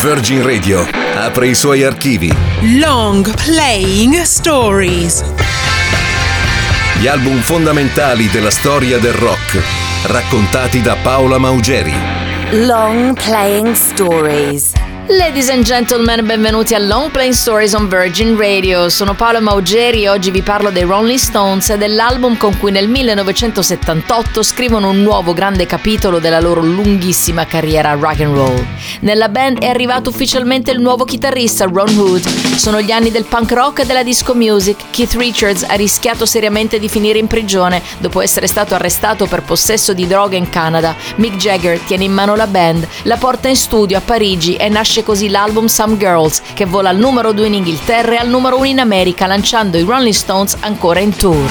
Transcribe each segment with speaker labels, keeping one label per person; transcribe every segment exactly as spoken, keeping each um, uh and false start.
Speaker 1: Virgin Radio apre i suoi archivi.
Speaker 2: Long Playing Stories.
Speaker 1: Gli album fondamentali della storia del rock, raccontati da Paola Maugeri.
Speaker 3: Long Playing Stories.
Speaker 4: Ladies and gentlemen, benvenuti a Long Playing Stories on Virgin Radio. Sono Paola Maugeri e oggi vi parlo dei Rolling Stones e dell'album con cui nel millenovecentosettantotto scrivono un nuovo grande capitolo della loro lunghissima carriera rock and roll. Nella band è arrivato ufficialmente il nuovo chitarrista Ron Wood. Sono gli anni del punk rock e della disco music. Keith Richards ha rischiato seriamente di finire in prigione dopo essere stato arrestato per possesso di droga in Canada. Mick Jagger tiene in mano la band, la porta in studio a Parigi e nasce così l'album Some Girls, che vola al numero due in Inghilterra e al numero uno in America, lanciando i Rolling Stones ancora in tour.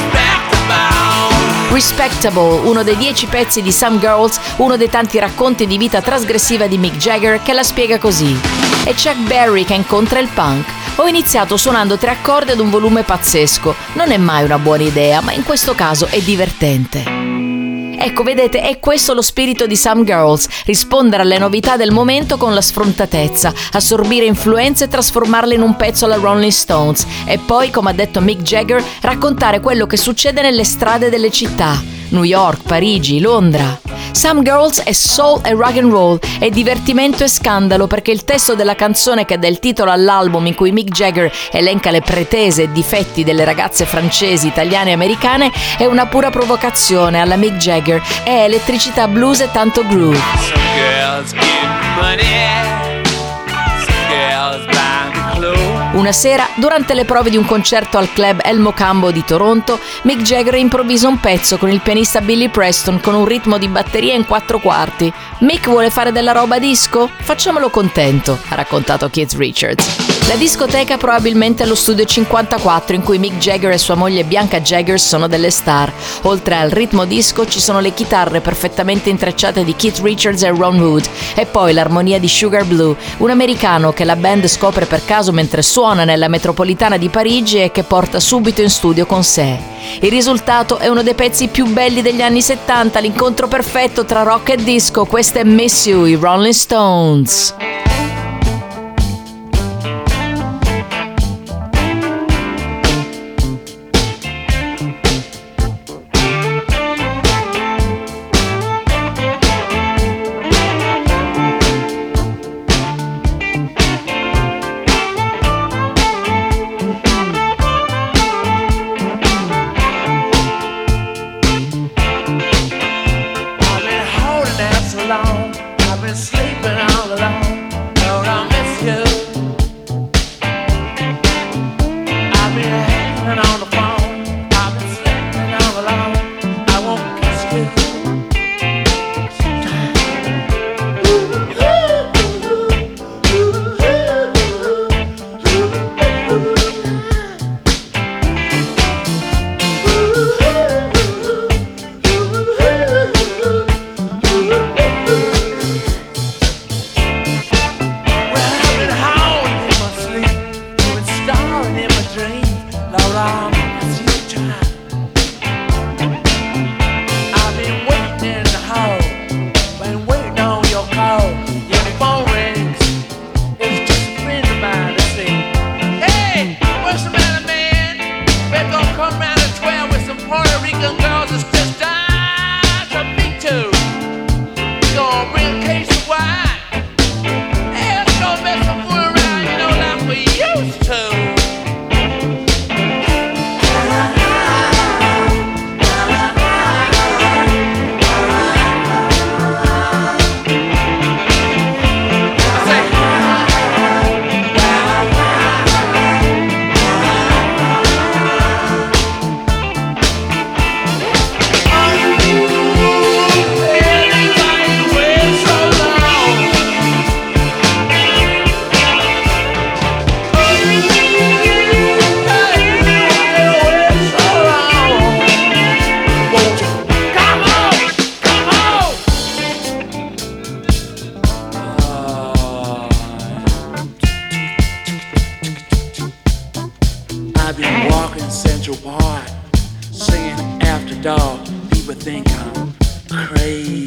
Speaker 4: Respectable, uno dei dieci pezzi di Some Girls, uno dei tanti racconti di vita trasgressiva di Mick Jagger, che la spiega così. È Chuck Berry che incontra il punk. Ho iniziato suonando tre accordi ad un volume pazzesco. Non è mai una buona idea, ma in questo caso è divertente. Ecco, vedete, è questo lo spirito di Some Girls: rispondere alle novità del momento con la sfrontatezza, assorbire influenze e trasformarle in un pezzo alla Rolling Stones, e poi, come ha detto Mick Jagger, raccontare quello che succede nelle strade delle città: New York, Parigi, Londra. Some Girls è soul e rock and roll, è divertimento e scandalo, perché il testo della canzone che dà il titolo all'album, in cui Mick Jagger elenca le pretese e difetti delle ragazze francesi, italiane e americane, è una pura provocazione alla Mick Jagger, è elettricità blues e tanto groove. Some girls get money, some girls buy the clothes. Una sera, durante le prove di un concerto al club El Mocambo di Toronto, Mick Jagger improvvisa un pezzo con il pianista Billy Preston con un ritmo di batteria in quattro quarti. Mick vuole fare della roba disco? Facciamolo contento, ha raccontato Keith Richards. La discoteca probabilmente è lo studio cinquantaquattro, in cui Mick Jagger e sua moglie Bianca Jagger sono delle star. Oltre al ritmo disco ci sono le chitarre perfettamente intrecciate di Keith Richards e Ron Wood, e poi l'armonia di Sugar Blue, un americano che la band scopre per caso mentre suona nella metropolitana di Parigi e che porta subito in studio con sé. Il risultato è uno dei pezzi più belli degli anni settanta, l'incontro perfetto tra rock e disco. Questo è Miss You, i Rolling Stones.
Speaker 5: I've been sleeping all alone. Lord, I miss you. I've been hanging on the phone. I've been sleeping all alone. I won't kiss you. I've been walking Central Park, singing After Dark. People think I'm crazy.